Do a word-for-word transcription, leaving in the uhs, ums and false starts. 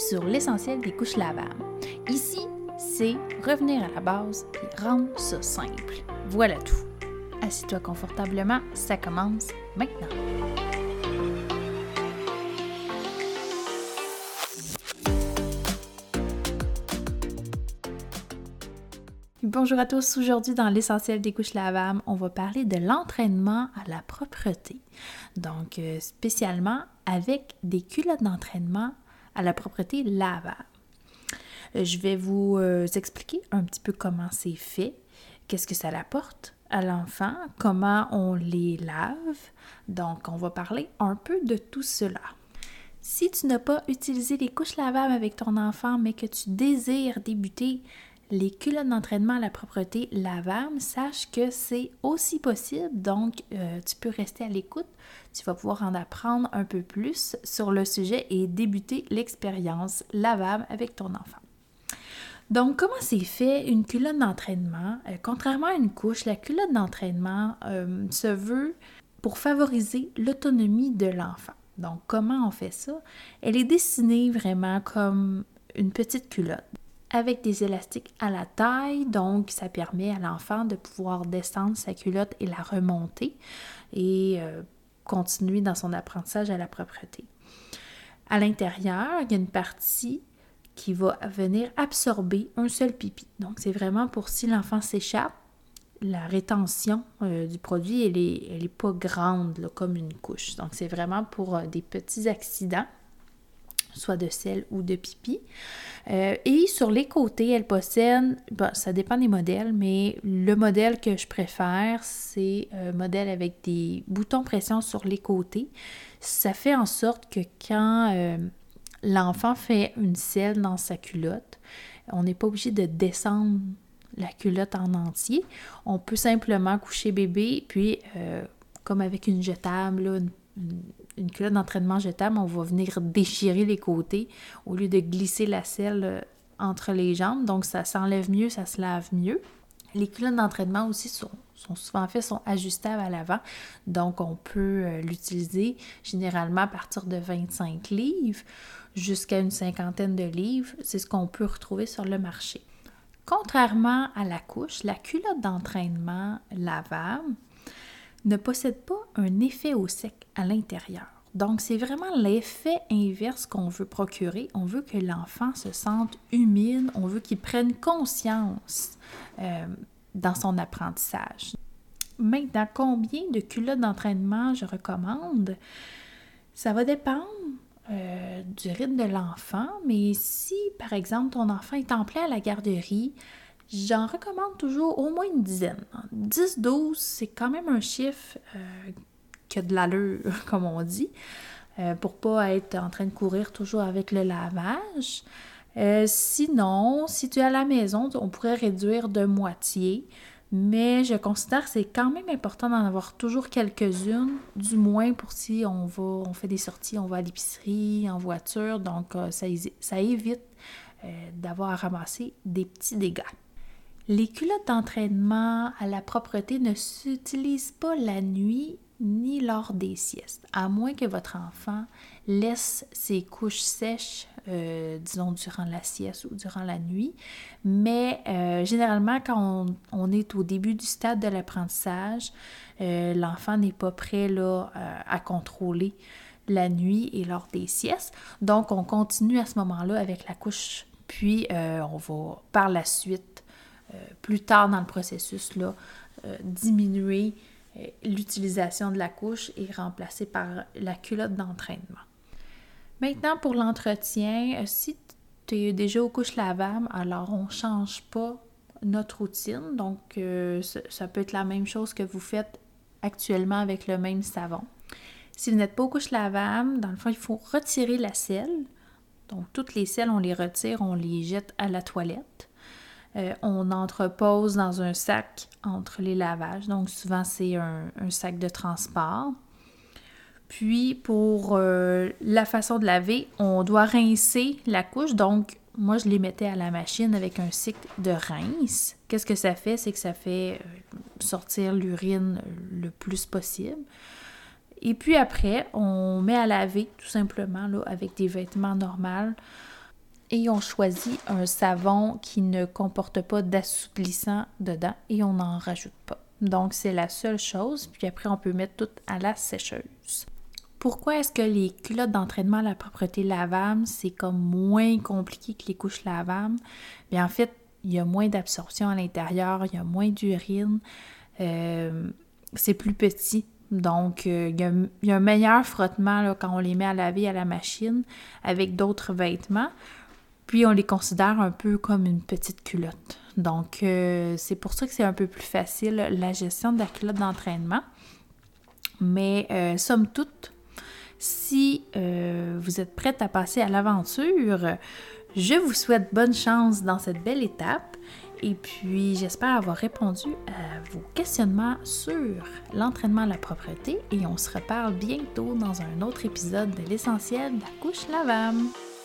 sur l'essentiel des couches lavables. Ici, c'est revenir à la base et rendre ça simple. Voilà tout. Assieds-toi confortablement, ça commence maintenant. Bonjour à tous, aujourd'hui dans l'essentiel des couches lavables, on va parler de l'entraînement à la propreté. Donc euh, spécialement avec des culottes d'entraînement à la propreté lavable. Euh, je vais vous euh, expliquer un petit peu comment c'est fait, qu'est-ce que ça apporte à l'enfant, comment on les lave. Donc on va parler un peu de tout cela. Si tu n'as pas utilisé les couches lavables avec ton enfant, mais que tu désires débuter les culottes d'entraînement à la propreté lavables, sache que c'est aussi possible, donc euh, tu peux rester à l'écoute. Tu vas pouvoir en apprendre un peu plus sur le sujet et débuter l'expérience lavable avec ton enfant. Donc, comment c'est fait une culotte d'entraînement? Euh, contrairement à une couche, la culotte d'entraînement euh, se veut pour favoriser l'autonomie de l'enfant. Donc, comment on fait ça? Elle est dessinée vraiment comme une petite culotte, avec des élastiques à la taille, donc ça permet à l'enfant de pouvoir descendre sa culotte et la remonter et euh, continuer dans son apprentissage à la propreté. À l'intérieur, il y a une partie qui va venir absorber un seul pipi. Donc c'est vraiment pour si l'enfant s'échappe, la rétention euh, du produit, elle est, elle est pas grande là, comme une couche. Donc c'est vraiment pour euh, des petits accidents, soit de sel ou de pipi. Euh, et sur les côtés, elle possède, bon, ça dépend des modèles, mais le modèle que je préfère, c'est un modèle avec des boutons pression sur les côtés. Ça fait en sorte que quand euh, l'enfant fait une selle dans sa culotte, on n'est pas obligé de descendre la culotte en entier. On peut simplement coucher bébé, puis euh, comme avec une jetable, là, une Une, une culotte d'entraînement jetable, on va venir déchirer les côtés au lieu de glisser la selle entre les jambes. Donc, ça s'enlève mieux, ça se lave mieux. Les culottes d'entraînement aussi sont, sont souvent faites, sont ajustables à l'avant. Donc, on peut euh, l'utiliser généralement à partir de vingt-cinq livres jusqu'à une cinquantaine de livres. C'est ce qu'on peut retrouver sur le marché. Contrairement à la couche, la culotte d'entraînement lavable ne possède pas un effet au sec à l'intérieur. Donc, c'est vraiment l'effet inverse qu'on veut procurer. On veut que l'enfant se sente humide, on veut qu'il prenne conscience euh, dans son apprentissage. Maintenant, combien de culottes d'entraînement je recommande? Ça va dépendre euh, du rythme de l'enfant, mais si, par exemple, ton enfant est en plein à la garderie, j'en recommande toujours au moins une dizaine. dix douze, c'est quand même un chiffre euh, qui a de l'allure, comme on dit, euh, pour ne pas être en train de courir toujours avec le lavage. Euh, sinon, si tu es à la maison, on pourrait réduire de moitié, mais je considère que c'est quand même important d'en avoir toujours quelques-unes, du moins pour si on va, on fait des sorties, on va à l'épicerie, en voiture, donc euh, ça, ça évite euh, d'avoir à ramasser des petits dégâts. Les culottes d'entraînement à la propreté ne s'utilisent pas la nuit ni lors des siestes, à moins que votre enfant laisse ses couches sèches, euh, disons, durant la sieste ou durant la nuit. Mais euh, généralement, quand on, on est au début du stade de l'apprentissage, euh, l'enfant n'est pas prêt là, euh, à contrôler la nuit et lors des siestes. Donc, on continue à ce moment-là avec la couche, puis euh, on va par la suite Euh, plus tard dans le processus, là, euh, diminuer euh, l'utilisation de la couche et remplacer par la culotte d'entraînement. Maintenant, pour l'entretien, euh, si tu es déjà aux couches lavables, alors on ne change pas notre routine. Donc, euh, ça, ça peut être la même chose que vous faites actuellement avec le même savon. Si vous n'êtes pas aux couches lavables, dans le fond, il faut retirer la selle. Donc, toutes les selles, on les retire, on les jette à la toilette. Euh, on entrepose dans un sac entre les lavages. Donc, souvent, c'est un, un sac de transport. Puis, pour euh, la façon de laver, on doit rincer la couche. Donc, moi, je les mettais à la machine avec un cycle de rince. Qu'est-ce que ça fait? C'est que ça fait sortir l'urine le plus possible. Et puis après, on met à laver tout simplement là, avec des vêtements normaux et on choisit un savon qui ne comporte pas d'assouplissant dedans et on n'en rajoute pas. Donc, c'est la seule chose. Puis après, on peut mettre tout à la sécheuse. Pourquoi est-ce que les culottes d'entraînement à la propreté lavable, c'est comme moins compliqué que les couches lavables? Bien, en fait, il y a moins d'absorption à l'intérieur, il y a moins d'urine, euh, c'est plus petit. Donc, euh, il, y a, il y a un meilleur frottement là, quand on les met à laver à la machine avec d'autres vêtements. Puis, on les considère un peu comme une petite culotte. Donc, euh, c'est pour ça que c'est un peu plus facile, la gestion de la culotte d'entraînement. Mais, euh, somme toute, si euh, vous êtes prête à passer à l'aventure, je vous souhaite bonne chance dans cette belle étape. Et puis, j'espère avoir répondu à vos questionnements sur l'entraînement à la propreté. Et on se reparle bientôt dans un autre épisode de l'essentiel de la couche lavable.